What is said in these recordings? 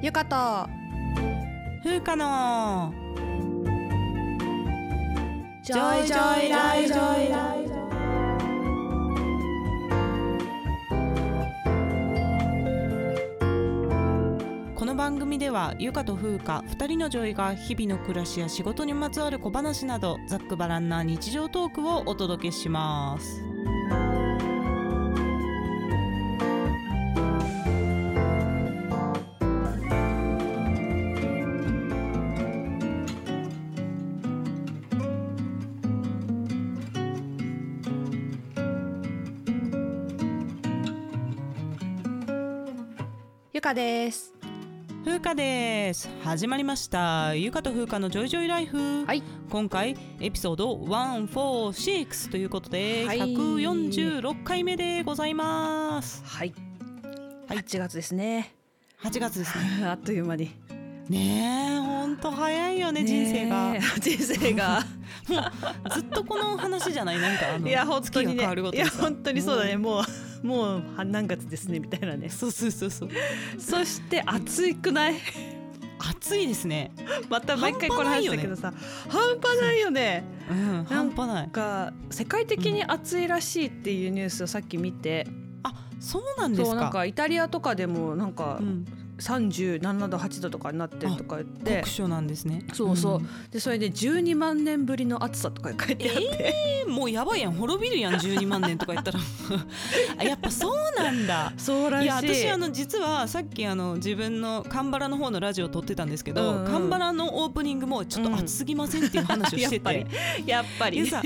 ゆかと風花のジョイジョイライフ。 この番組ではゆかと風花2人のジョイが日々の暮らしや仕事にまつわる小話などざっくばらんな日常トークをお届けします。 ゆかです。 風花です。始まりましたゆかと風花のジョイジョイライフ、 はい、 今回エピソード146ということで、 はい、 146回目でございます。 はい、8月ですね。 8月ですねあっという間にねえ、ほんと早いよね、人生がもうずっとこの話じゃない、なんかいや本当にね、 月が変わるごといやにさ、 本当にそうだね、もう何月ですねみたいなね。 そうそして暑くない？ 暑いですね。 また毎回この話だけどさ、半端ないよね。 半端ない。 なんか世界的に暑いらしいっていうニュースをさっき見て、 あ、そうなんですか。 そう、なんかイタリアとかでもなんか、37度8度とかになってるとか言って、 酷暑なんですね。 そうそう、でそれで12万年ぶりの暑さとか書いてあって、 もうやばいやん、滅びるやん12万年とか言ったらあ、やっぱそうなんだ。 そうらしい。 いや、私実はさっき自分のカンバラの方のラジオを撮ってたんですけど、カンバラのオープニングもちょっと暑すぎませんっていう話をしてて、 やっぱりさ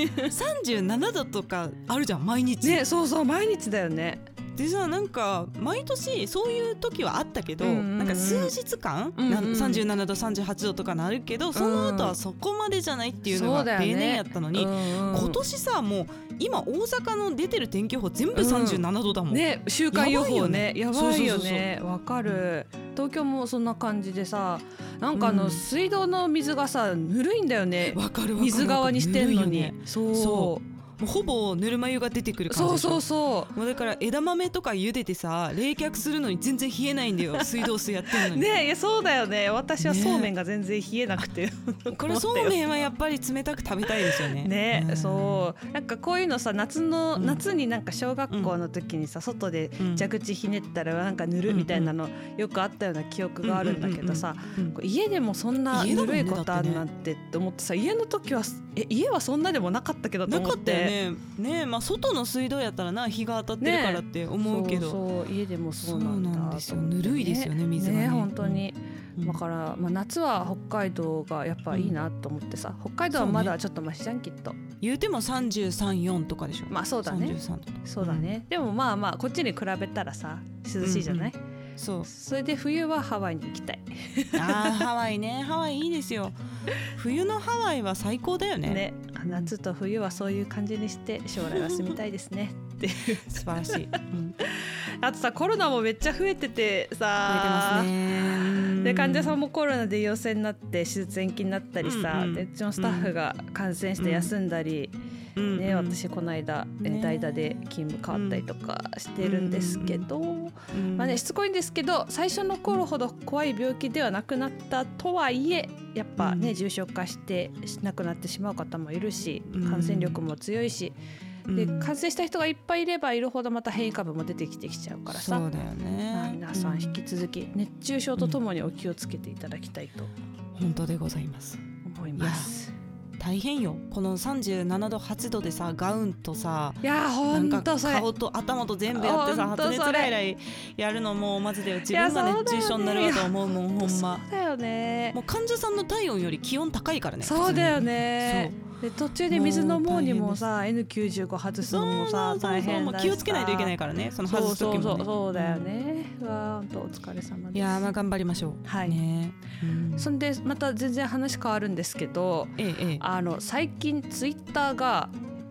37度とかあるじゃん毎日ね。そうそう、毎日だよね。 でさ、なんか毎年そういう時はあったけど、なんか数日間、37度38度とかなるけど、その後はそこまでじゃないっていうのが例年やったのに、今年さ、もう今大阪の出てる天気予報全部37度だもん、 ね、週間予報ね、やばいよね。わかる。東京もそんな感じでさ、なんか水道の水がさ、ぬるいんだよね。 わかる。 水側にしてんのに、 そうもうほぼぬるま湯が出てくる感じでしょ。そうもうだから枝豆とか茹でてさ、冷却するのに全然冷えないんだよ水道水やってんのにね。いやそうだよね。私はそうめんが全然冷えなくて、 これそうめんはやっぱり冷たく食べたいですよね。 ね、そうなんかこういうのさ、夏になんか小学校の時にさ、外で蛇口ひねったらなんかぬるみたいなのよくあったような記憶があるんだけどさ、家でもそんなぬるいことあるなんてって思ってさ、家の時は家はそんなでもなかったけどと思って。 ね、まあ外の水道やったらな、日が当たってるからって思うけど、 そう家でもそうなんだ。そうなんですよ、 ぬるいですよね、水がね。 本当に。だから、夏は北海道がやっぱいいなと思ってさ、北海道はまだちょっとマシじゃんきっと。 言うても33、4とかでしょ。 まあそうだね。33度とか。そうだね。でもまあこっちに比べたらさ、涼しいじゃない。それで冬はハワイに行きたいハワイね、ハワイいいですよ。冬のハワイは最高だよね。 夏と冬はそういう感じにして将来は住みたいですねっていう素晴らしい、 あとさ、コロナもめっちゃ増えててさ、 増えてますね。 で患者さんもコロナで陽性になって手術延期になったりさ、でうちのスタッフが感染して休んだり、私この間、代打で勤務変わったりとかしてるんですけど、しつこいんですけど、最初の頃ほど怖い病気ではなくなったとはいえ、やっぱね、重症化して亡くなってしまう方もいるし、感染力も強いし、で感染した人がいっぱいいればいるほどまた変異株も出てきちゃうからさ。 そうだよね。 皆さん引き続き熱中症とともにお気をつけていただきたいと、 本当でございます思います。 大変よ、この37度8度でさ、ガウンとさ、 いやなんか顔と頭と全部やってさ、発熱外来やるのもマジで自分が熱中症になるわと思うもん、ほんま。 そうだよね。 もう患者さんの体温より気温高いからね。 そうだよね。で途中で水飲もうにもさ、 N95 外すのもさ大変だしさ、 気をつけないといけないからね、その外す時もね。 そうだよね。本当お疲れ様です。 いや、頑張りましょう。 はいね。そんでまた全然話変わるんですけど、最近ツイッターが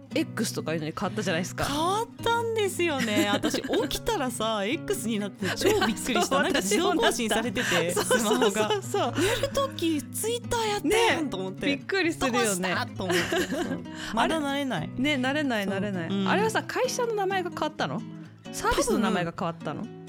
X とかいうのに変わったじゃないですか。 変わったんですよね。私起きたらさX になって超びっくりしたなんか自動更新されてて、スマホが寝るときツイッターやってんと思って、 びっくりするよね。 と思ってまだ慣れないね。 慣れない、あれはさ、会社の名前が変わったの？サービスの名前が変わったの？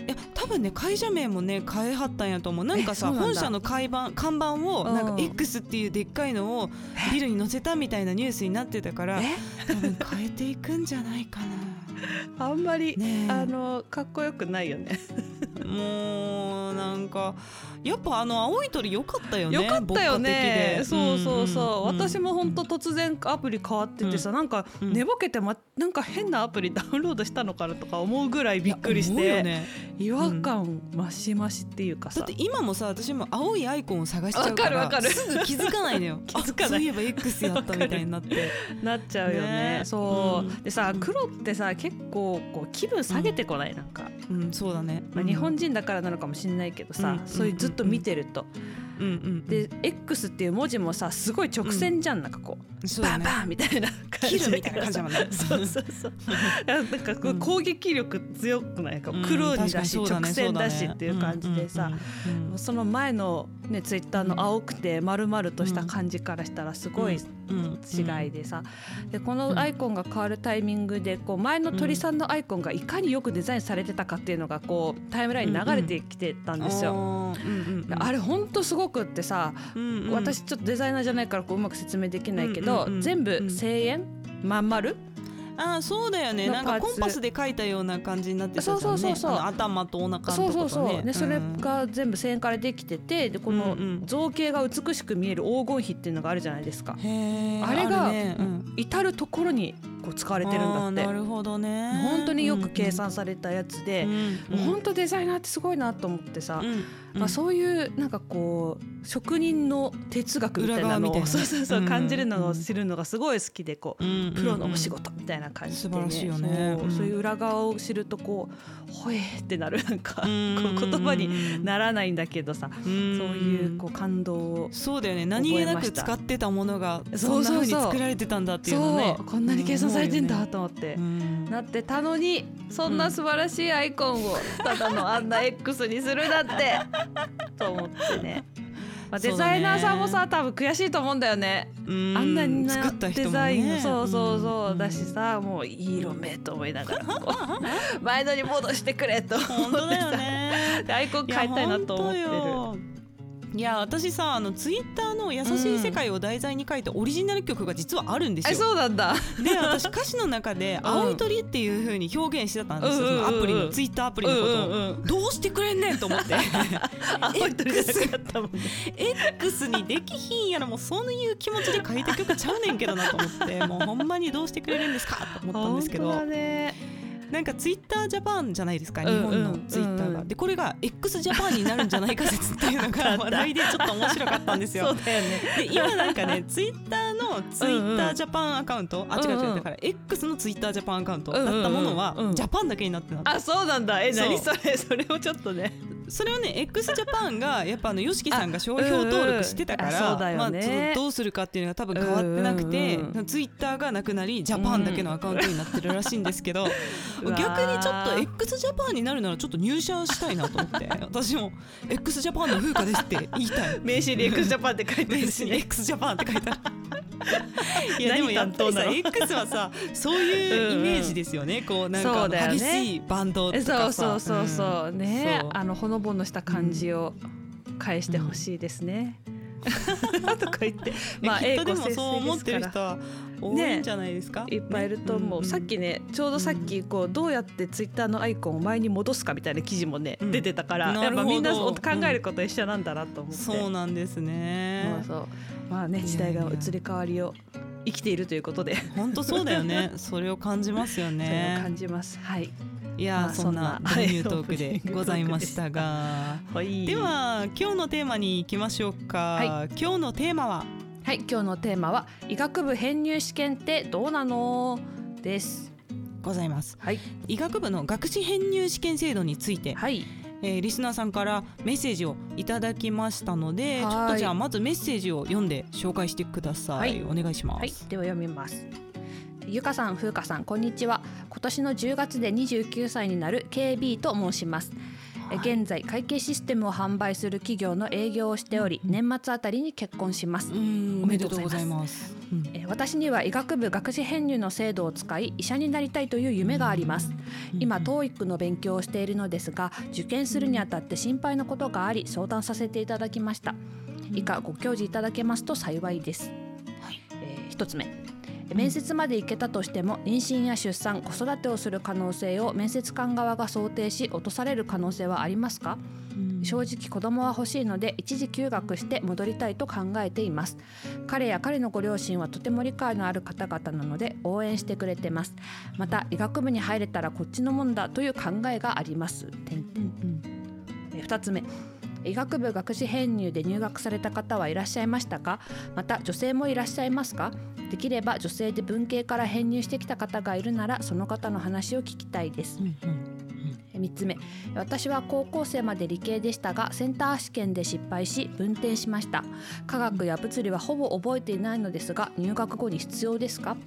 いや多分ね会社名もね変えはったんやと思う。なんかさ本社の看板をなんか X っていうでっかいのをビルに載せたみたいなニュースになってたから多分変えていくんじゃないかな。 あんまり、ね、かっこよくないよねもうなんかやっぱ青い鳥良かったよね。 良かったよね。そうそうそう、私も本当突然アプリ変わっててさ、なんか寝ぼけて、なんか変なアプリダウンロードしたのかなとか思うぐらいびっくりして、ね、違和感マシマシっていうかさ、 だって今もさ私も青いアイコンを探しちゃうからすぐ気づかないのよ気づかないそういえば X やったみたいになってなっちゃうよね。そう、でさ黒ってさ結構こう気分下げてこない、なんか、 そうだね、 日本人だからなのかもしれないけどさ、そういうずっと見てると、で X っていう文字もさすごい直線じゃん、なんかこうバンバンみたいな感じ、 切るみたいな感じだもんねそうそうそうなんかこう攻撃力強くないか、黒にだし直線だしっていう感じでさ、その前のねツイッターの青くて丸々とした感じからしたらすごい違いでさ、でこのアイコンが変わるタイミングでこう前の鳥さんのアイコンがいかによくデザインされてたかっていうのがこうタイムラインに流れてきてたんですよ。あれほんとすごくってさ、私ちょっとデザイナーじゃないからこううまく説明できないけど、全部声援まん丸、 そうだよね。なんかコンパスで描いたような感じになってたじゃんね。そう頭とお腹のところとね。 それが全部声援からできてて、でこの造形が美しく見える黄金比っていうのがあるじゃないですか。あれが至るところにこう使われてるんだって。 なるほどね。 本当によく計算されたやつで、もう本当デザイナーってすごいなと思ってさ、そういうなんかこう職人の哲学みたいなのをそう感じるのを知るのがすごい好きで、こうプロのお仕事みたいな感じでね、 素晴らしいよね。 そういう裏側を知るとこうほえーってなる、なんかこう言葉にならないんだけどさ、そういうこう感動を。 そうだよね。何気なく使ってたものがそんな風に作られてたんだっていうのね。 こんなに計算されてんだと思ってなってたのに、そんな素晴らしいアイコンをただのあんな X にするなんてと思ってね。デザイナーさんもさ多分悔しいと思うんだよね。あんなに作った人もね、 デザインそうだしさ、もういい色目と思いながら前のに戻してくれと思ってさ、 本当だよねアイコン変えたいなと思ってる。 いや私さツイッターの優しい世界を題材に書いたオリジナル曲が実はあるんですよ。 そうなんだ。 で私歌詞の中で青い鳥っていう風に表現してたんですよ、そのアプリのツイッターアプリのことを、どうしてくれんねんと思って青い鳥じゃなかったもんね X にできひんやら、もうそういう気持ちで書いた曲ちゃうねんけどなと思ってもうほんまにどうしてくれるんですかと思ったんですけど、 本当だね。 なんかツイッタージャパンじゃないですか、日本のツイッターが。でこれが X ジャパンになるんじゃないか説っていうのが話題でちょっと面白かったんですよ。 そうだよね。 で今なんかねツイッターのツイッタージャパンアカウント、違うだから X のツイッタージャパンアカウントだったものはジャパンだけになってた。 そうなんだ。何それ、それをちょっとね。 それをね X ジャパンがやっぱYOSHIKIさんが商標登録してたから、どうするかっていうのが多分変わってなくて、ツイッターがなくなりジャパンだけのアカウントになってるらしいんですけど、逆にちょっと X ジャパンになるならちょっと入社したいなと思って私も X ジャパンの風花ですって言いたい。 名刺に X ジャパンって書いてるし、ね、 X ジャパンって書いてあるいやでもやっぱりさ X はさそういうイメージですよね。こうなんか激しいバンドとかさ、 そうね、ほのぼのした感じを返してほしいですね、とか言って、 きっとでもそう思ってる人は多いんじゃないですか、 いっぱいいると思う、さっきねちょうどさっきこうどうやってツイッターのアイコンを前に戻すかみたいな記事もね、出てたから、やっぱみんな考えること一緒なんだなと思って、 そうなんですね。 まあね、時代が移り変わりを生きているということで本当そうだよねそれを感じますよね。 それを感じます。はい。 いや、そんな導入トークでございましたが、では今日のテーマに行きましょうか、今日のテーマは今日のテーマは医学部編入試験ってどうなのですございます、医学部の学士編入試験制度について、リスナーさんからメッセージをいただきましたので、ちょっとじゃあまずメッセージを読んで紹介してください、お願いします。 では読みます。ゆかさん、ふうかさん、こんにちは。今年の10月で29歳になる KB と申します。 現在会計システムを販売する企業の営業をしており、年末あたりに結婚します。 おめでとうございます。 私には医学部学士編入の制度を使い医者になりたいという夢があります。今 TOEIC の勉強をしているのですが、受験するにあたって心配なことがあり相談させていただきました。以下ご教示いただけますと幸いです。1つ目、面接まで行けたとしても妊娠や出産子育てをする可能性を面接官側が想定し落とされる可能性はありますか？正直子供は欲しいので一時休学して戻りたいと考えています。彼や彼のご両親はとても理解のある方々なので応援してくれてます。また医学部に入れたらこっちのもんだという考えがあります。2つ目、医学部学士編入で入学された方はいらっしゃいましたか？また女性もいらっしゃいますか？できれば女性で文系から編入してきた方がいるならその方の話を聞きたいです。3つ目、私は高校生まで理系でしたがセンター試験で失敗し分転しました。科学や物理はほぼ覚えていないのですが入学後に必要ですか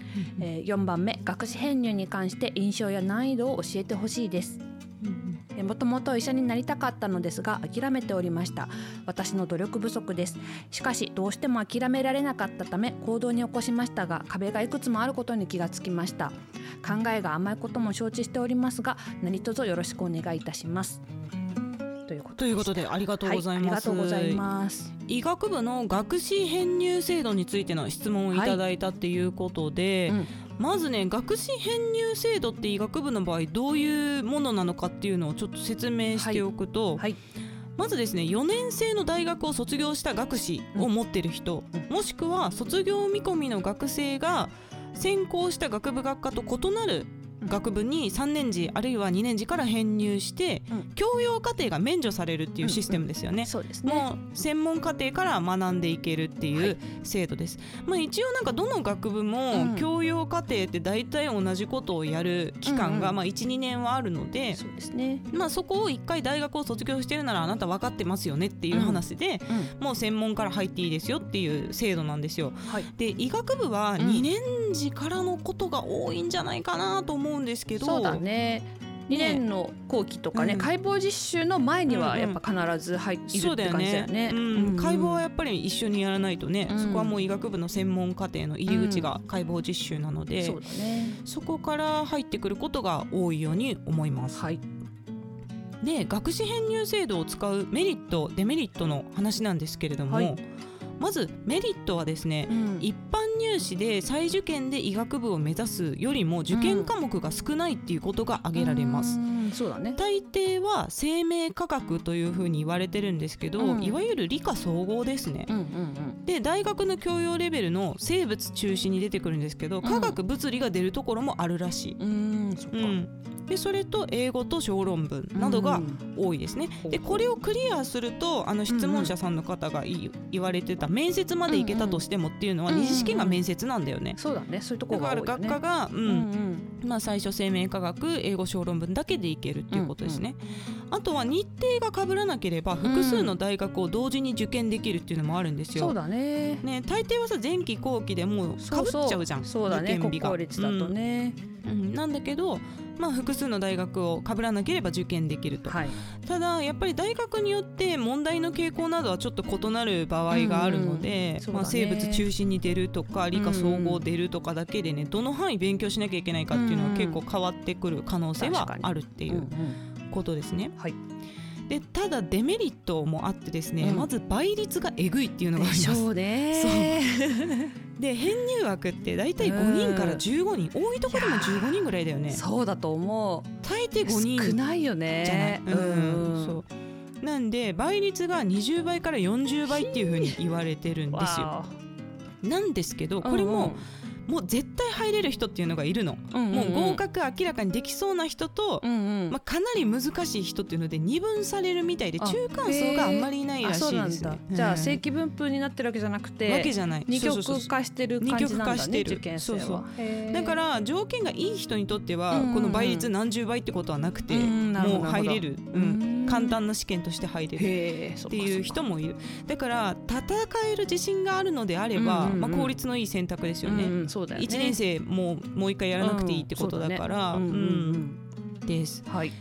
？4番目、学士編入に関して印象や難易度を教えてほしいです。もともと医者になりたかったのですが諦めておりました。私の努力不足です。しかしどうしても諦められなかったため行動に起こしましたが壁がいくつもあることに気がつきました。考えが甘いことも承知しておりますが何卒よろしくお願いいたします。ということでありがとうございます。 ありがとうございます。 医学部の学士編入制度についての質問をいただいたっていうことで、まずね、学士編入制度って医学部の場合どういうものなのかっていうのをちょっと説明しておくと、まずですね、4年生の大学を卒業した学士を持っている人、もしくは卒業見込みの学生が専攻した学部学科と異なる学部に3年次あるいは2年次から編入して、教養課程が免除されるっていうシステムですよね。 そうですね。 もう専門課程から学んでいけるっていう制度です。一応なんかどの学部も教養課程って大体同じことをやる期間が 1,2 年はあるので、 そうですね。 そこを1回大学を卒業してるならあなた分かってますよねっていう話で、もう専門から入っていいですよっていう制度なんですよ。で医学部は2年次からのことが多いんじゃないかなと思うんですけど。 そうだね。2年の後期とかね、解剖実習の前にはやっぱ必ず入っているって感じだよね。 解剖はやっぱり一緒にやらないとね、そこはもう医学部の専門課程の入り口が解剖実習なので、 そうだね、 そこから入ってくることが多いように思います。で学士編入制度を使うメリットデメリットの話なんですけれども、まずメリットはですね、一般入試で再受験で医学部を目指すよりも受験科目が少ないっていうことが挙げられます。 そうだね。 大抵は生命科学というふうに言われてるんですけど、いわゆる理科総合ですね。で大学の教養レベルの生物中心に出てくるんですけど、科学物理が出るところもあるらしい。でそれと英語と小論文などが多いですね。でこれをクリアすると質問者さんの方が言われてた面接まで行けたとしてもっていうのは二次試験が面接なんだよね。 そうだね。そういうところが多いよね。 だから学科が、最初生命科学英語小論文だけでいけるっていうことですね。あとは日程が被らなければ複数の大学を同時に受験できるっていうのもあるんですよ。 そうだね。 大抵はさ前期後期でもう被っちゃうじゃん。 そうだね。国公立だとね。 なんだけど複数の大学を被らなければ受験できると。ただやっぱり大学によって問題の傾向などはちょっと異なる場合があるので、生物中心に出るとか理科総合出るとかだけでね、どの範囲勉強しなきゃいけないかっていうのは結構変わってくる可能性はあるっていうことですね。でただデメリットもあってですね、まず倍率がえぐいっていうのがあります。 そうね。 で編入枠ってだいたい5人から15人、多いところでも15人ぐらいだよね。 そうだと思う。 大抵5人少ないよね。 そうなんで倍率が20倍から40倍っていう風に言われてるんですよ。なんですけどこれももう絶対入れる人っていうのがいるの。もう合格明らかにできそうな人と、かなり難しい人っていうので二分されるみたいで、中間層があんまりいないらしいですね。 じゃあ正規分布になってるわけじゃなくて、 わけじゃない、 二極化してる感じなんだね、受験生は。 だから条件がいい人にとってはこの倍率何十倍ってことはなくて、もう入れる、簡単な試験として入れるっていう人もいる。だから戦える自信があるのであれば、効率のいい選択ですよね。1年生もう一回やらなくていいってことだからです。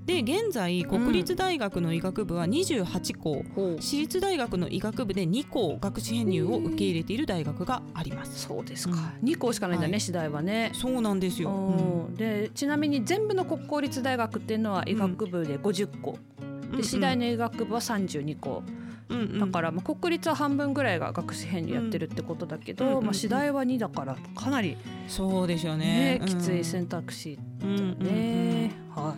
で現在国立大学の医学部は28校、私立大学の医学部で2校学士編入を受け入れている大学があります。 そうですか、2校しかないんだね、私大はね。 そうなんですよ。 でちなみに全部の国公立大学っていうのは医学部で50校、で私大の医学部は32校、だからまあ国立は半分ぐらいが学士編入やってるってことだけど、まあ私大は2だからかなりそうでしょうね、 きつい選択肢だね。はい。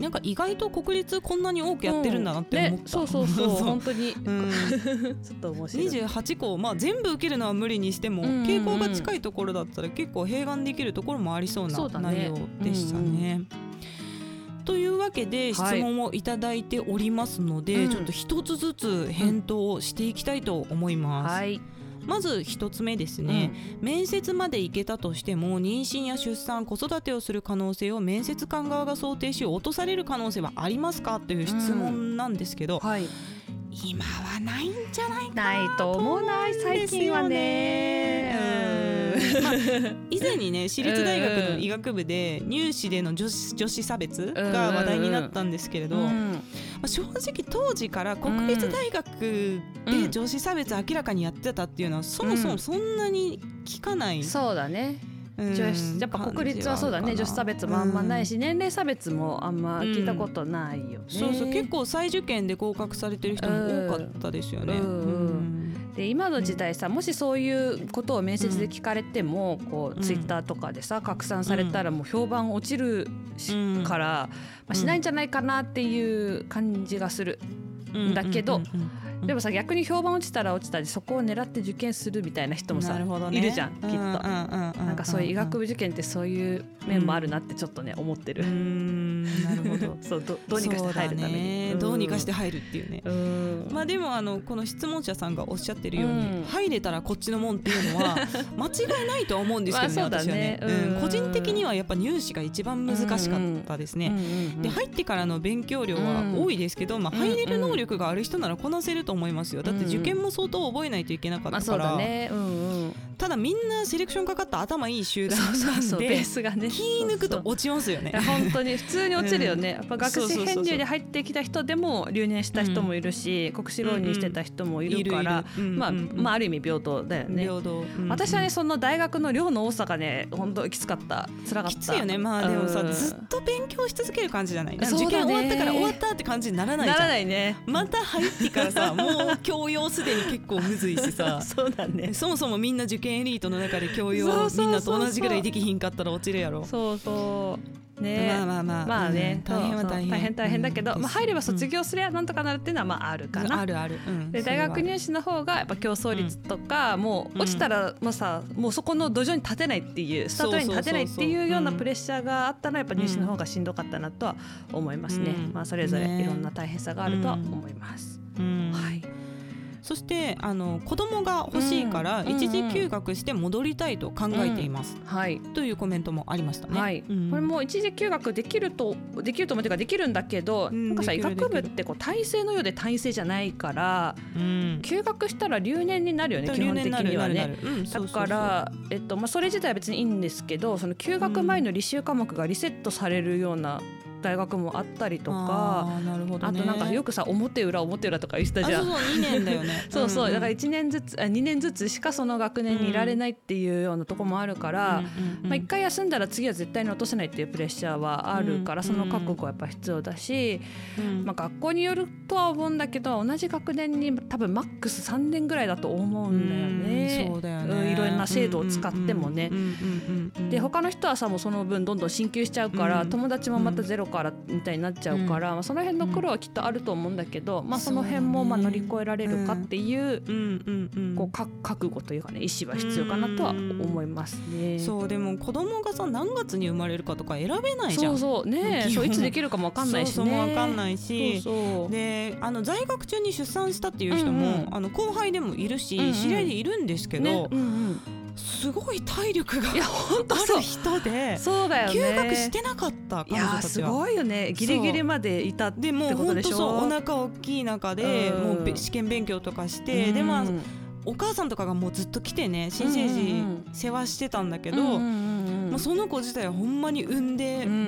なんか意外と国立こんなに多くやってるんだなって思った。 そう本当にちょっと面白い。 28校、まあ全部受けるのは無理にしても、傾向が近いところだったら結構併願できるところもありそうな内容でしたね。というわけで質問をいただいておりますので、ちょっと一つずつ返答をしていきたいと思います。まず一つ目ですね、面接まで行けたとしても妊娠や出産子育てをする可能性を面接官側が想定し落とされる可能性はありますかという質問なんですけど、今はないんじゃないかなと思うんですよね。最近はね。以前にね私立大学の医学部で入試での女子差別が話題になったんですけれど、正直当時から国立大学で女子差別明らかにやってたっていうのはそもそもそんなに聞かない、 そうだね。やっぱ国立はそうだね、女子差別もあんまないし、年齢差別もあんま聞いたことないよね。 結構再受験で合格されてる人も多かったですよね。 で今の時代さ、もしそういうことを面接で聞かれても、こうツイッターとかでさ拡散されたらもう評判落ちるから、まあ、しないんじゃないかなっていう感じがするんだけど、でもさ逆に評判落ちたら落ちたでそこを狙って受験するみたいな人もさ、いるじゃんきっと。なんかそういう医学部受験ってそういう面もあるなってちょっとね思ってる。 なるほど。 そうどうにかして入るために、 どうにかして入るっていうね。まあでもこの質問者さんがおっしゃってるように、入れたらこっちのもんっていうのは間違いないとは思うんですけどね。私はね、個人的にはやっぱ入試が一番難しかったですね。で入ってからの勉強量は多いですけど、まあ入れる能力がある人ならこなせると思いますよ。だって受験も相当覚えないといけなかったから。ただみんなセレクションかかった頭いい集団なんで、 ベースがね気抜くと落ちますよね。 本当に普通に落ちるよね。やっぱ学士編入で入ってきた人でも留年した人もいるし、国試浪人してた人もいるから、まあある意味平等だよね。私はねその大学の量の多さがね本当きつかった、辛かった。きついよね。まあでもさ、ずっと勉強し続ける感じじゃない。受験終わったから終わったって感じにならないじゃん。 ならないね。 また入ってからさ、もう教養すでに結構むずいしさ。 そうだね。 そもそもみんな受験エリートの中で教養みんなと同じぐらいできひんかったら落ちるやろ。ね、まあね、大変だけど、まあ入れば卒業すればなんとかなるっていうのはまああるかな。 ある。 で大学入試の方がやっぱ競争率とか、もう落ちたらもうさ、もうそこの土壌に立てないっていう、スタートラインに立てないっていうようなプレッシャーがあったのはやっぱ入試の方がしんどかったなとは思いますね。まあそれぞれいろんな大変さがあるとは思います。はい。 そして子供が欲しいから一時休学して戻りたいと考えています、というコメントもありましたね。 これも一時休学できると思っていうかできるんだけど、なんかさ医学部ってこう体制のようで体制じゃないから、休学したら留年になるよね基本的にはね。だからまあそれ自体は別にいいんですけど、その休学前の履修科目がリセットされるような大学もあったりとか、あとなんかよくさ表裏とか言ってたじゃん。 2年だよね。 そうだから1年ずつ2年ずつしかその学年にいられないっていうようなとこもあるから、まあ1回休んだら次は絶対に落とせないっていうプレッシャーはあるから、その覚悟はやっぱ必要だし、まあ学校によるとは思うんだけど、同じ学年に多分マックス3年ぐらいだと思うんだよね。 そうだよね。 いろんな制度を使ってもね。で他の人はさもうその分どんどん進級しちゃうから、友達もまたゼロからみたいになっちゃうから、まあ、その辺の苦労はきっとあると思うんだけど、まあ、その辺もまあ乗り越えられるかっていう、こう覚悟というかね、意思は必要かなとは思いますね。 そうでも子供がさ何月に生まれるかとか選べないじゃん。 そういつできるかも分かんないしね。 分かんないし、で在学中に出産したっていう人も、後輩でもいるし、知り合いでいるんですけど、すごい体力がある人で休学してなかった彼女たちは。 すごいよね。ギリギリまでいたってことでしょ。 でも本当お腹大きい中でもう試験勉強とかして、でまあお母さんとかがもうずっと来てね新生児世話してたんだけど、もうその子自体はほんまに産んで、もう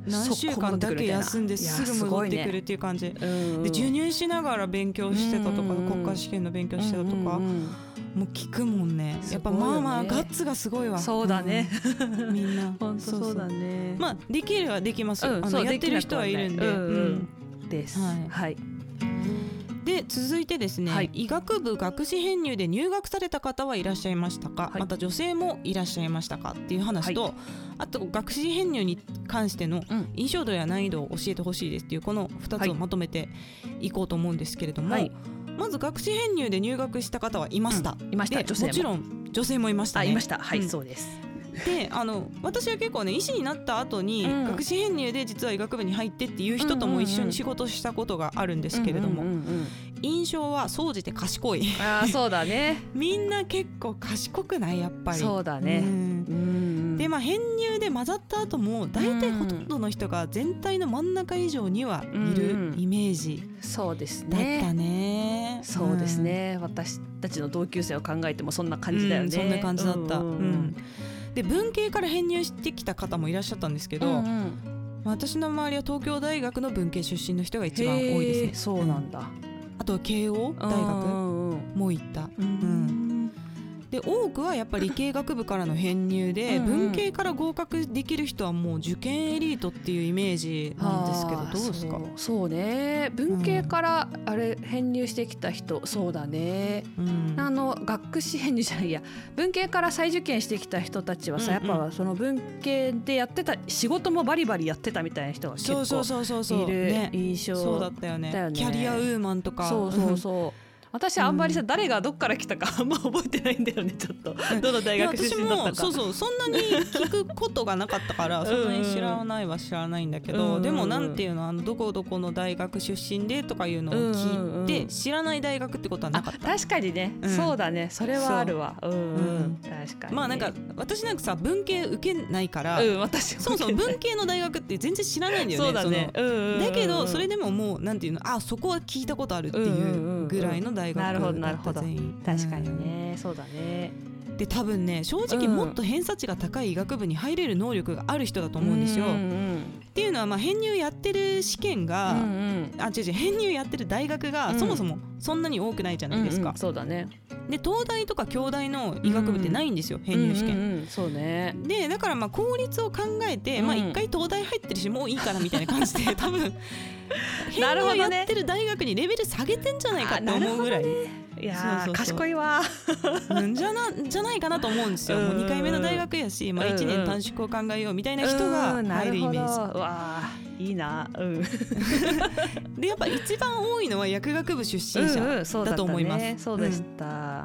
何週間だけ休んですぐ戻ってくるっていう感じ、で授乳しながら勉強してたとか、国家試験の勉強してたとか、もう聞くもんね。やっぱまあまあガッツがすごいわ。 そうだね、 みんな本当そうだね。 まあできるはできます、やってる人はいるんで、 です。はい。 で続いてですね、医学部学士編入で入学された方はいらっしゃいましたか、また女性もいらっしゃいましたかっていう話と、あと学士編入に関しての印象度や難易度を教えてほしいですっていうこの2つをまとめていこうと思うんですけれども、まず学士編入で入学した方はいました、 いました。 もちろん女性もいましたね。 いました。はい、そうです。 で私は結構ね、医師になった後に学士編入で実は医学部に入ってっていう人とも一緒に仕事したことがあるんですけれども、印象は総じて賢い。 そうだねみんな結構賢くない？やっぱりそうだね。 で編入で混ざった後も大体ほとんどの人が全体の真ん中以上にはいるイメージそうですだっね。 たね。 そうですね、私たちの同級生を考えてもそんな感じだよね。 そんな感じだった。で文系から編入してきた方もいらっしゃったんですけど、私の周りは東京大学の文系出身の人が一番多いですね。 そうなんだ。 あとは慶応大学も行った。で多くはやっぱり理系学部からの編入で、文系から合格できる人はもう受験エリートっていうイメージなんですけど、どうですか？ そうね、文系からあれ編入してきた人、そうだね、学士編入じゃないや、文系から再受験してきた人たちはさ、やっぱその文系でやってた仕事もバリバリやってたみたいな人が結構いる印象だよね。 そうだったよね。キャリアウーマンとか。 そう私あんまりさ、誰がどっから来たかあんま覚えてないんだよね。ちょっとどの大学出身だったか。 そんなに聞くことがなかったからそんなに知らないは知らないんだけど、でもなんていうの、どこどこの大学出身でとかいうのを聞いて、知らない大学ってことはなかった。 確かにね、そうだね、それはあるわ。確かに。 まあなんか私なんかさ、文系受けないから、そう文系の大学って全然知らないんだよね。そうだね。だけどそれでももうなんていうの、そこは聞いたことあるっていうぐらいの大学。 なるほどなるほど。確かにね、そうだね。 で多分ね、正直もっと偏差値が高い医学部に入れる能力がある人だと思うんですよ。っていうのは、編入やってる試験が、編入やってる大学がそもそもそんなに多くないじゃないですか。 そうだね。 で東大とか京大の医学部ってないんですよ、編入試験。 そうね。 でだから効率を考えて、一回東大入ってるしもういいかなみたいな感じで多分編入やってる大学にレベル下げてんじゃないかって思うぐらい。 いや賢いわじゃないかなと思うんですよ。もう2回目の大学やし、1年短縮を考えようみたいな人が入るイメージ。 わいいな。 でやっぱ一番多いのは薬学部出身者だと思います。 そうでした。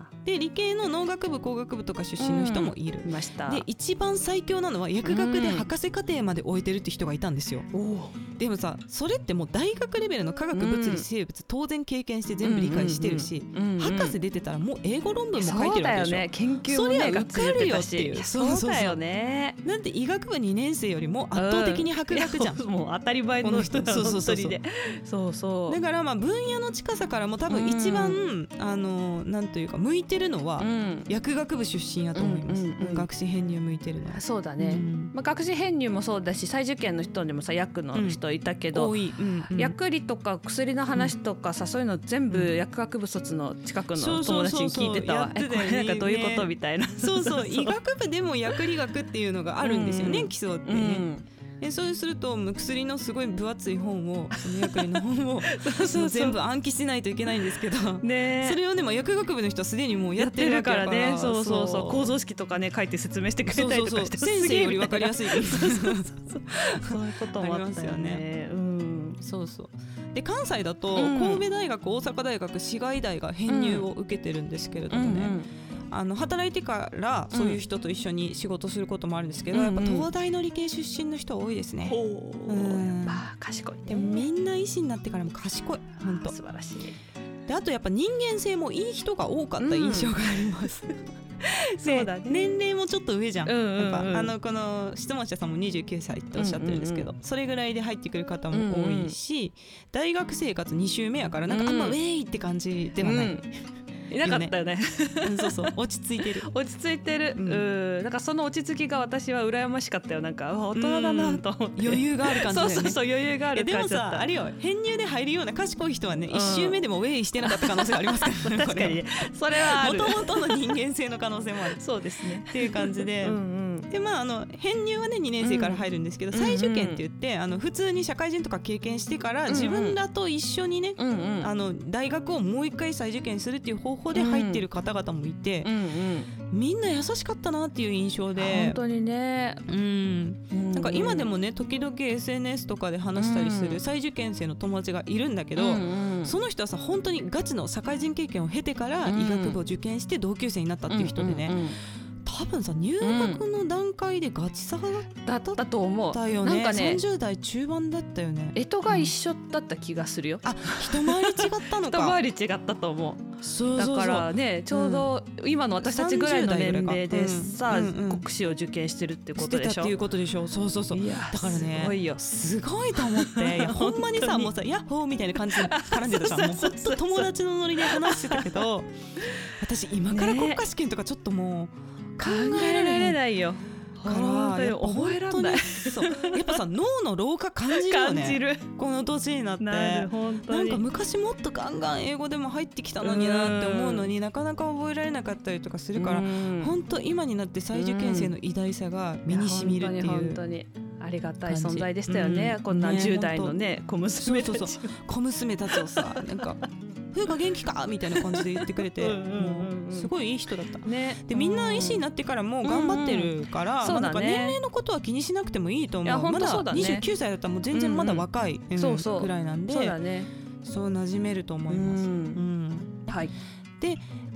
で理系の農学部工学部とか出身の人もいる。 いました。 で一番最強なのは薬学で博士課程まで終えてるって人がいたんですよ。でもさ、それってもう大学レベルの科学物理生物当然経験して全部理解してるし、博士出てたらもう英語論文も書いてるわけでしょ。 そうだよね。研究もね、 がっつり受けたし。 そうだよね。 なんて医学部2年生よりも圧倒的に博学じゃん。 もう当たり前の人だ。そうだから分野の近さからも多分一番なんというか向いてるのは薬学部出身やと思います。学士編入向いてるのは。 そうだね。学士編入もそうだし、再受験の人でもさ、薬の人いたけど、薬理とか薬の話とかさ、そういうの全部薬学部卒の近くの友達に聞いてたわ。これなんかどういうことみたいな。 医学部でも薬理学っていうのがあるんですよね、基礎ってね。そうすると薬のすごい分厚い本を、その薬理の本を全部暗記しないといけないんですけど、それをね、薬学部の人はすでにもうやってるからね。 そう構造式とかね書いて説明してくれたりとかして、 先生より分かりやすい。そういうこともあったよね。 で関西だと神戸大学、大阪大学、滋賀医大が編入を受けてるんですけれどもね、働いてからそういう人と一緒に仕事することもあるんですけど、やっぱ東大の理系出身の人多いですね。 賢い。 でみんな医師になってからも賢い。本当素晴らしい。 であとやっぱ人間性もいい人が多かった印象があります。そうだね。年齢もちょっと上じゃん。やっぱこの質問者さんも29歳っておっしゃってるんですけど、それぐらいで入ってくる方も多いし、大学生活2週目やからなんかあんまウェイって感じではない。 いなかったよねそうそう落ち着いてる落ち着いてる、だからその落ち着きが私は羨ましかったよ。なんか大人だなと思って、 余裕がある感じだよね。 そう余裕がある感じだった。 でもさあれよ、編入で入るような賢い人はね、1周目でもウェイしてなかった可能性がありますからね確かにそれはある、 もともとの人間性の可能性もあるそうですねっていう感じでで、編入はね2年生から入るんですけど、再受験って言って普通に社会人とか経験してから自分らと一緒にね、大学をもう一回再受験するっていう方法で入ってる方々もいて、みんな優しかったなっていう印象で、 本当にね、 なんか今でもね時々 SNS とかで話したりする再受験生の友達がいるんだけど、その人はさ本当にガチの社会人経験を経てから医学部を受験して同級生になったっていう人でね、多分さ入学の段階でガチさだったと思う。だよね。なんかね30代中盤だったよね。 干支が一緒だった気がするよ。 一回り違ったのか。 一回り違ったと思う。そうだからねちょうど今の私たちぐらいの年齢でさ、国試を受験してるってことでしょ。 してたっていうことでしょ。そうだからねすごいよ。 すごいと思って。いやほんまにさもうさヤッホーみたいな感じで絡んでたじゃん。もうほんと友達のノリで話してたけど、私今から国家試験とかちょっともう考えられないよ。本当に覚えられない。 そうやっぱさ脳の老化感じるよね。 感じる。 この年になって。なんか昔もっとガンガン英語でも入ってきたのになって思うのになかなか覚えられなかったりとかするから、本当今になって再受験生の偉大さが身に染みるっていう。 本当にありがたい存在でしたよね。こんな10代のね小娘たち。 小娘たちをさなんか。風が元気かみたいな感じで言ってくれて、すごいいい人だった、ね、でみんな医師になってからも頑張ってるから、なんか年齢のことは気にしなくてもいいと思う。まだ29歳だったらもう全然まだ若いぐらいなんで、そう馴染めると思います。はい。で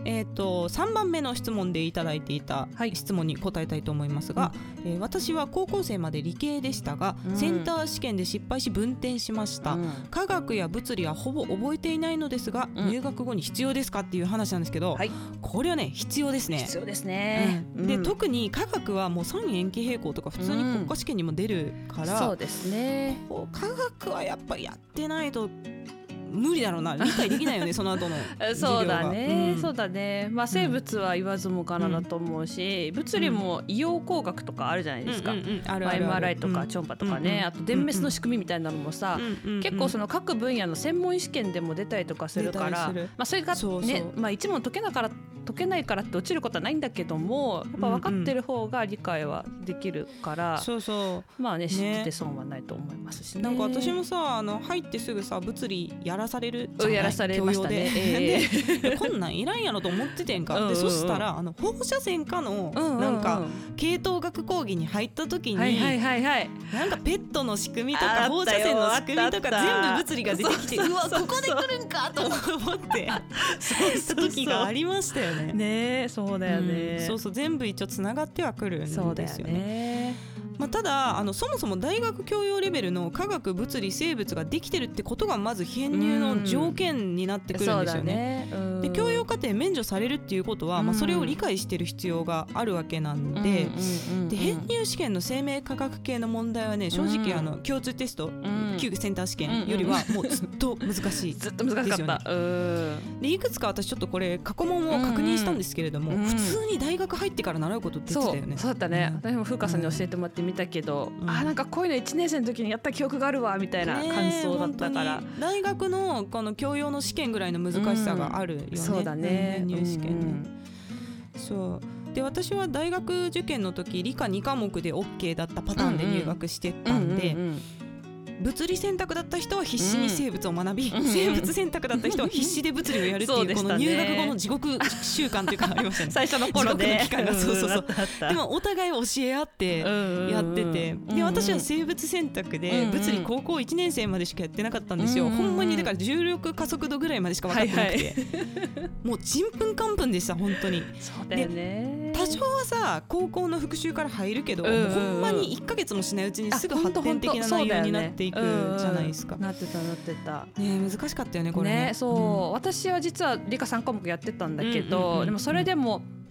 3番目の質問でいただいていた質問に答えたいと思いますが、私は高校生まで理系でしたが、センター試験で失敗し分転しました。科学や物理はほぼ覚えていないのですが、入学後に必要ですかっていう話なんですけど、これはね必要ですね。 必要ですね。 で特に科学はもう3延期並行とか普通に国家試験にも出るから、 そうですね。 科学はやっぱやってないと無理だろうな、理解できないよねその後の授業が。 そうだね、まあ、生物は言わずもがなだと思うし、物理も医療工学とかあるじゃないですか。MRI とか超音波とかね、あと電メスの仕組みみたいなのもさ、結構その各分野の専門試験でも出たりとかするから、まあ、それがね、まあ、一問解けないからって落ちることはないんだけども、やっぱ分かってる方が理解はできるから、まあね知ってて損はないと思いますしね。 なんか私もさ入ってすぐさ物理やらされるじゃない。 やらされましたね。 でこんなんいらんやろと思っててんか。でそしたら放射線科のなんか系統学講義に入った時に、なんかペットの仕組みとか放射線の仕組みとか全部物理が出てきて、うわここで来るんかと思ってそうした時がありましたよね。 ね、そうだよね。 そう全部一応つながってはくるんですよね。まあ、ただそもそも大学教養レベルの科学物理生物ができてるってことがまず編入の条件になってくるんですよね。で教養課程免除されるっていうことは、まあ、それを理解してる必要があるわけなんで、で編入試験の生命科学系の問題はね正直共通テスト、旧センター試験よりはもうずっと難しいずっと難しかった。 でいくつか私ちょっとこれ過去問を確認したんですけれども、普通に大学入ってから習うことできたよね。 そうだったね。私も風花さんに教えてもらって見たけど、なんかこういうの1年生の時にやった記憶があるわみたいな感想だったから、 大学のこの教養の試験ぐらいの難しさがあるよね。 そうだね。 入試験ね。そうで私は大学受験の時理科2科目で OK だったパターンで入学してたんで、物理選択だった人は必死に生物を学び、生物選択だった人は必死で物理をやるっていう、この入学後の地獄習慣というかありましたね。 最初の頃で地獄の期間がでもお互い教え合ってやってて、で私は生物選択で物理高校1年生までしかやってなかったんですよ。ほんまにだから重力加速度ぐらいまでしか分かってなくて、もうちんぷんかんぷんでした本当に。 そうだよね。 多少はさ高校の復習から入るけど、ほんまに1ヶ月もしないうちにすぐ発展的な内容になっていくじゃないですか。 なってたね。難しかったよねこれね。 そう、私は実は理科3科目やってたんだけど、でもそれでも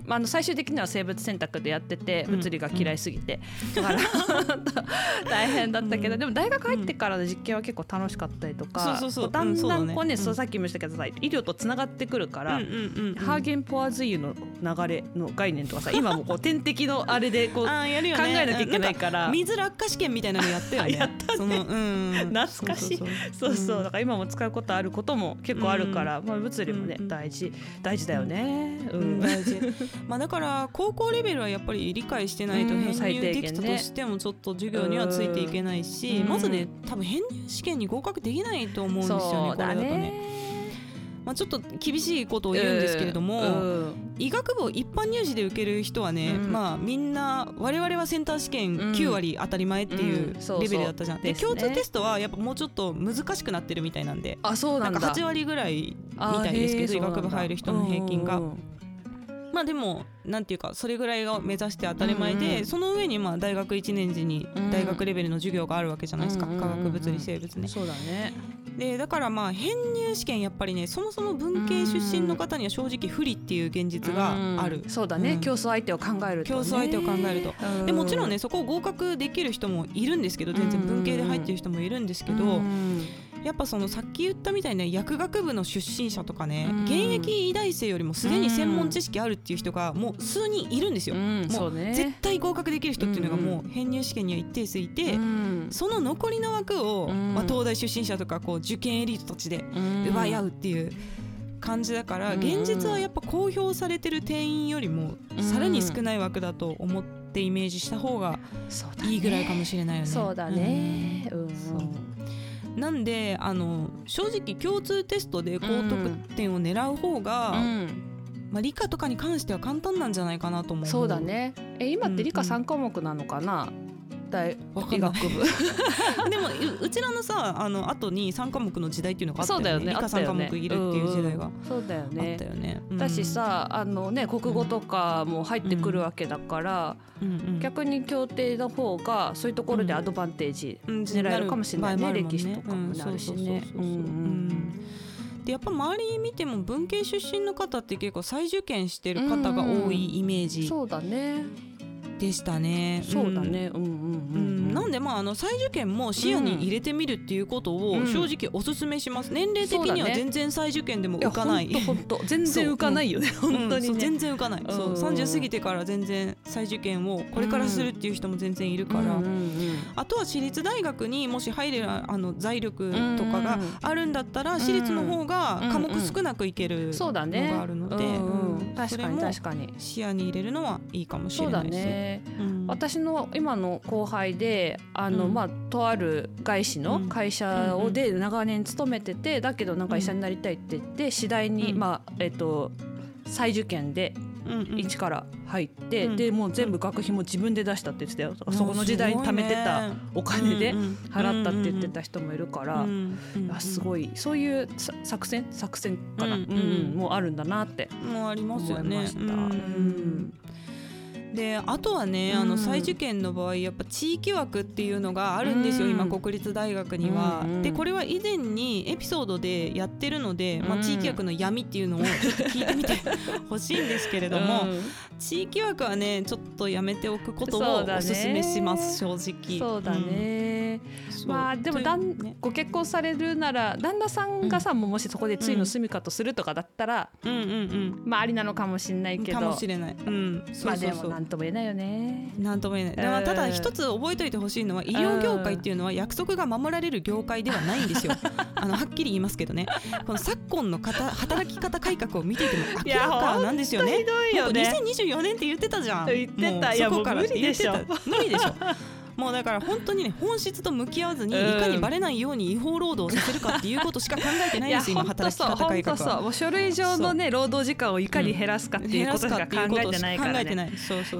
最終的には生物選択でやってて物理が嫌いすぎて、だから大変だったけど、でも大学入ってからの実験は結構楽しかったりとか、だんだんこうね、さっきも言ったけどさ、医療とつながってくるから、ハーゲンポアズ油の流れの概念とかさ、今もこう点滴のあれでこう考えなきゃいけないから、 水落下試験みたいなのやったよね。 やったね、懐かしい。そうそう、だから今も使うことあることも結構あるから、物理もね、大事だよね。 大事。だから高校レベルはやっぱり理解してないと編入できたとしてもちょっと授業にはついていけないし、まずね多分編入試験に合格できないと思うんですよね、これだとね。ちょっと厳しいことを言うんですけれども、医学部を一般入試で受ける人はね、みんな我々はセンター試験9割当たり前っていうレベルだったじゃん。で共通テストはやっぱもうちょっと難しくなってるみたいなんで、なんか8割ぐらいみたいですけど、医学部入る人の平均が。でもなんていうかそれぐらいが目指して当たり前で、その上に大学1年時に大学レベルの授業があるわけじゃないですか、科学物理生物ね。 そうだね。 でだから編入試験やっぱりね、そもそも文系出身の方には正直不利っていう現実がある。 そうだね、競争相手を考えるとね。 競争相手を考えると、でもちろんねそこを合格できる人もいるんですけど、全然文系で入ってる人もいるんですけど、やっぱそのさっき言ったみたいな薬学部の出身者とかね、現役医大生よりもすでに専門知識あるっていう人がもう数人いるんですよ。もう絶対合格できる人っていうのがもう編入試験には一定数いて、その残りの枠を東大出身者とかこう受験エリートたちで奪い合うっていう感じだから、現実はやっぱ公表されてる定員よりもさらに少ない枠だと思ってイメージした方がいいぐらいかもしれないよね。 そうだね。 なんで正直共通テストで高得点を狙う方が、理科とかに関しては簡単なんじゃないかなと思う。 そうだね。今って理科3科目なのかな、医学部でもうちらのさ後に3科目の時代っていうのがあったよね。理科3科目いるっていう時代があったよね。 だしさ国語とかも入ってくるわけだから、逆に協定の方がそういうところでアドバンテージ狙えるかもしれないね。歴史とかもなるしね。 でやっぱ周り見ても文系出身の方って結構再受験してる方が多いイメージ。 そうだね。 でしたね。 そうだね。 なんで再受験も視野に入れてみるっていうことを正直おすすめします。年齢的には全然再受験でも受かない。 本当全然受かないよね。本当にね。 全然受かない。そう30過ぎてから全然再受験をこれからするっていう人も全然いるから、あとは私立大学にもし入れる財力とかがあるんだったら私立の方が科目少なくいけるのがあるので、それも視野に入れるのはいいかもしれないです。 私の今の後輩でとある外資の会社で長年勤めてて、だけどなんか医者になりたいって言って次第に再受験で一から入って、でもう全部学費も自分で出したって言ってたよ。そこの時代に貯めてたお金で払ったって言ってた人もいるから、すごいそういう作戦かな、もうあるんだなってもうありますよね。であとはね再受験の場合やっぱ地域枠っていうのがあるんですよ、今国立大学には。でこれは以前にエピソードでやってるので、地域枠の闇っていうのをちょっと聞いてみてほしいんですけれども、地域枠はねちょっとやめておくことをおすすめします、正直。 そうだね。でもご結婚されるなら旦那さんがさ、もしそこでついの住みかとするとかだったら、ありなのかもしれないけど、 かもしれない。 でもなんとも言えないよね。 なんとも言えない。ただ一つ覚えておいてほしいのは、医療業界っていうのは約束が守られる業界ではないんですよ。はっきり言いますけどね、この昨今の働き方改革を見ていても明らかなんですよね。 ひどいよね。 2024年って言ってたじゃん。 言ってた。いやもう無理でしょ。 無理でしょ。もうだから本当にね、本質と向き合わずにいかにバレないように違法労働をさせるかっていうことしか考えてないんですよ、今働き方改革は。 もう書類上のね労働時間をいかに減らすかっていうことしか考えてないからね。 考えてない。そう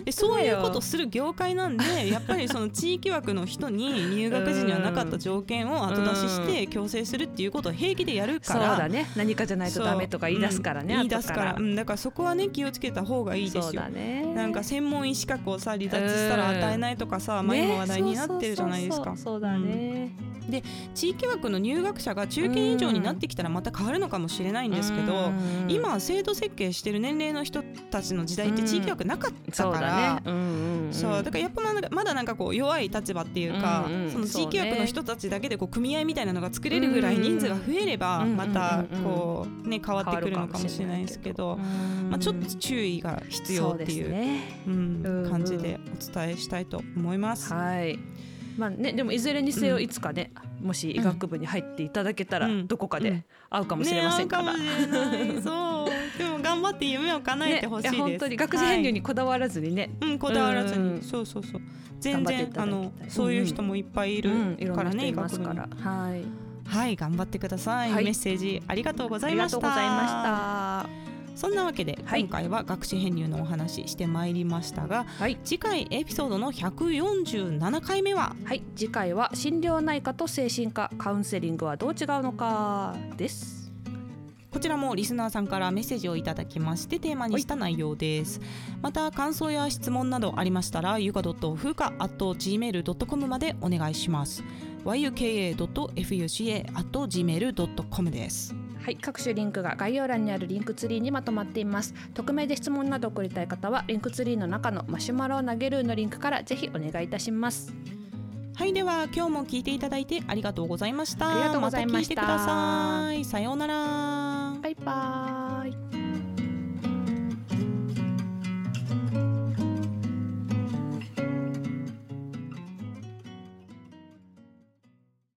でそういうことする業界なんでやっぱりその地域枠の人に入学時にはなかった条件を後出しして強制するっていうことを平気でやるから、 そうだね、何かじゃないとダメとか言い出すからね、 言い出すから、だからそこはね気をつけた方がいいですよ。 そうだね、 なんか専門医資格をさ離脱したら与えないとかさ、今話題になってるじゃないですか。 そうだね、 で地域枠の入学者が中堅以上になってきたらまた変わるのかもしれないんですけど、今制度設計してる年齢の人たちの時代って地域枠なかったから、そうだからやっぱまだなんかこう弱い立場っていうか、その地域枠の人たちだけでこう組合みたいなのが作れるぐらい人数が増えればまたこうね変わってくるのかもしれないですけど、ちょっと注意が必要っていう感じでお伝えしたいと思います。 はい、まあね、でもいずれにせよいつかね、もし医学部に入っていただけたらどこかで会うかもしれませんから、 そうでも頑張って夢を叶えてほしいです、 本当に学費編入にこだわらずにね、 こだわらずに、そう全然そういう人もいっぱいいるからね、医学部に。はい、頑張ってください、メッセージありがとうございました。そんなわけで今回は学士編入のお話してまいりましたが、次回エピソードの147回目は、 次回は心療内科と精神科カウンセリングはどう違うのかです。 こちらもリスナーさんからメッセージをいただきましてテーマにした内容です。また感想や質問などありましたらyuka.fuka@gmail.com までお願いします。yuka.fuca@gmail.com です。 各種リンクが概要欄にあるリンクツリーにまとまっています。匿名で質問など送りたい方はリンクツリーの中のマシュマロを投げるのリンクからぜひお願いいたします。 はい、では今日も聞いていただいてありがとうございました。 ありがとうございました。 また聞いてください。さようなら。 バイバイ。